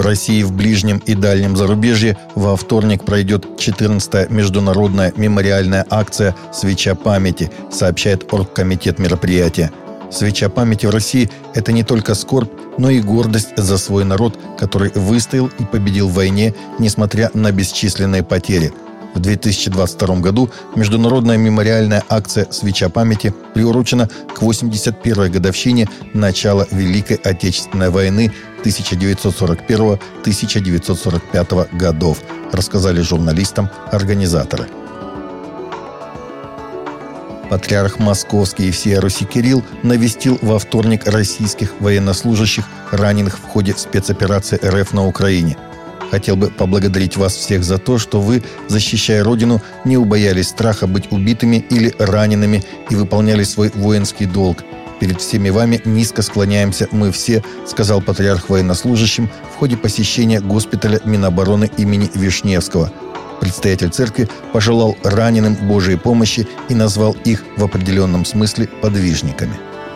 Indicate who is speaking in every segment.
Speaker 1: России в ближнем и дальнем зарубежье во вторник пройдет 14-я международная мемориальная акция «Свеча памяти», сообщает оргкомитет мероприятия. «Свеча памяти» в России – это не только скорбь, но и гордость за свой народ, который выстоял и победил в войне, несмотря на бесчисленные потери. В 2022 году международная мемориальная акция «Свеча памяти» приурочена к 81-й годовщине начала Великой Отечественной войны 1941-1945 годов, рассказали журналистам организаторы. Патриарх Московский и всея Руси Кирилл навестил во вторник российских военнослужащих, раненых в ходе спецоперации РФ на Украине. «Хотел бы поблагодарить вас всех за то, что вы, защищая Родину, не убоялись страха быть убитыми или ранеными и выполняли свой воинский долг. Перед всеми вами низко склоняемся мы все», сказал патриарх военнослужащим в ходе посещения госпиталя Минобороны имени Вишневского. Предстоятель церкви пожелал раненым Божией помощи и назвал их в определенном смысле подвижниками.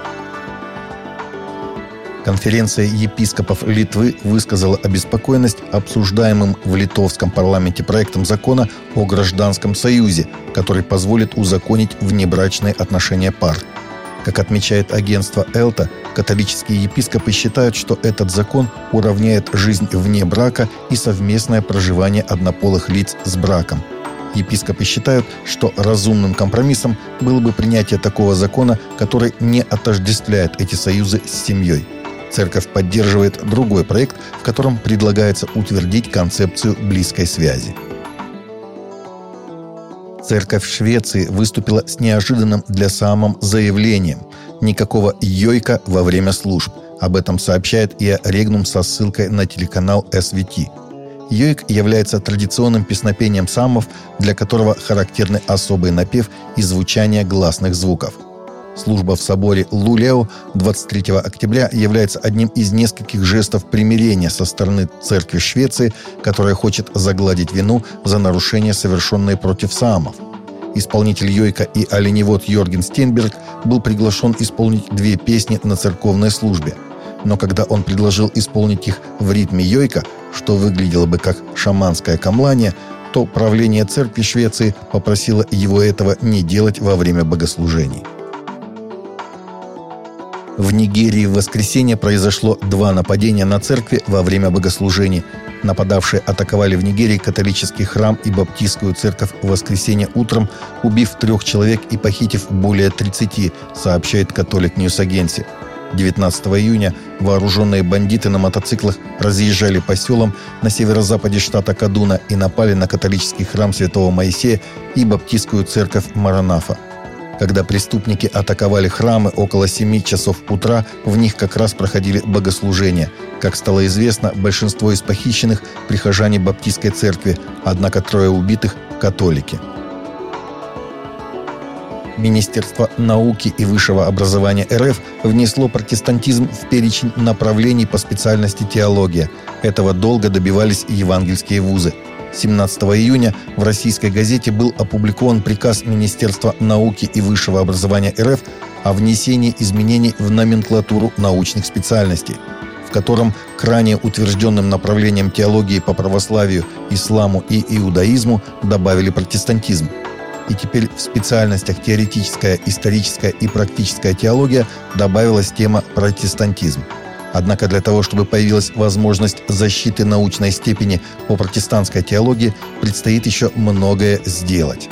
Speaker 1: Конференция епископов Литвы высказала обеспокоенность обсуждаемым в литовском парламенте проектом закона о гражданском союзе, который позволит узаконить внебрачные отношения пар. Как отмечает агентство «Элта», католические епископы считают, что этот закон уравняет жизнь вне брака и совместное проживание однополых лиц с браком. Епископы считают, что разумным компромиссом было бы принятие такого закона, который не отождествляет эти союзы с семьей. Церковь поддерживает другой проект, в котором предлагается утвердить концепцию близкой связи. Церковь Швеции выступила с неожиданным для саамов заявлением: никакого йойка во время служб. Об этом сообщает ИА Регнум со ссылкой на телеканал СВТ. Йойк является традиционным песнопением саамов, для которого характерны особый напев и звучание гласных звуков. Служба в соборе Лулео 23 октября является одним из нескольких жестов примирения со стороны Церкви Швеции, которая хочет загладить вину за нарушения, совершенные против саамов. Исполнитель йойка и оленевод Йорген Стенберг был приглашен исполнить 2 песни на церковной службе. Но когда он предложил исполнить их в ритме йойка, что выглядело бы как шаманское камлание, то правление Церкви Швеции попросило его этого не делать во время богослужений. В Нигерии в воскресенье произошло 2 нападения на церкви во время богослужений. Нападавшие атаковали в Нигерии католический храм и баптистскую церковь в воскресенье утром, убив 3 человек и похитив более 30, сообщает Catholic News Agency. 19 июня вооруженные бандиты на мотоциклах разъезжали по селам на северо-западе штата Кадуна и напали на католический храм Святого Моисея и баптистскую церковь Маранафа. Когда преступники атаковали храмы около 7 часов утра, в них как раз проходили богослужения. Как стало известно, большинство из похищенных – прихожане баптистской церкви, однако 3 убитых – католики. Министерство науки и высшего образования РФ внесло протестантизм в перечень направлений по специальности теология. Этого долго добивались евангельские вузы. 17 июня в российской газете был опубликован приказ Министерства науки и высшего образования РФ о внесении изменений в номенклатуру научных специальностей, в котором к ранее утвержденным направлениям теологии по православию, исламу и иудаизму добавили протестантизм. И теперь в специальностях теоретическая, историческая и практическая теология добавилась тема протестантизм. Однако для того, чтобы появилась возможность защиты научной степени по протестантской теологии, предстоит еще многое сделать.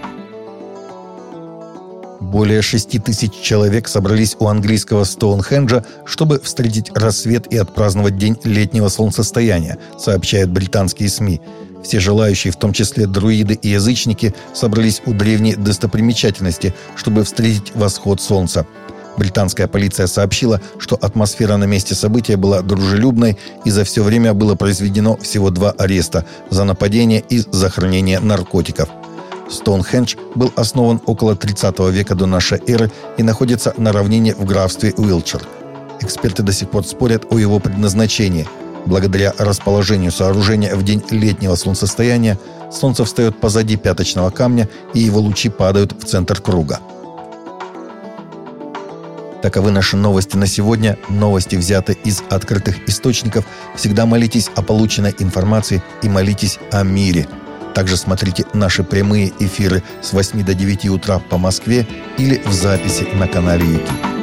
Speaker 1: Более 6 тысяч человек собрались у английского Стоунхенджа, чтобы встретить рассвет и отпраздновать день летнего солнцестояния, сообщают британские СМИ. Все желающие, в том числе друиды и язычники, собрались у древней достопримечательности, чтобы встретить восход солнца. Британская полиция сообщила, что атмосфера на месте события была дружелюбной, и за все время было произведено всего 2 ареста за нападение и за хранение наркотиков. Стоунхендж был основан около 30 века до нашей эры и находится на равнине в графстве Уилтшир. Эксперты до сих пор спорят о его предназначении. Благодаря расположению сооружения в день летнего солнцестояния солнце встает позади пяточного камня, и его лучи падают в центр круга. Таковы наши новости на сегодня. Новости взяты из открытых источников. Всегда молитесь о полученной информации и молитесь о мире. Также смотрите наши прямые эфиры с 8 до 9 утра по Москве или в записи на канале YouTube.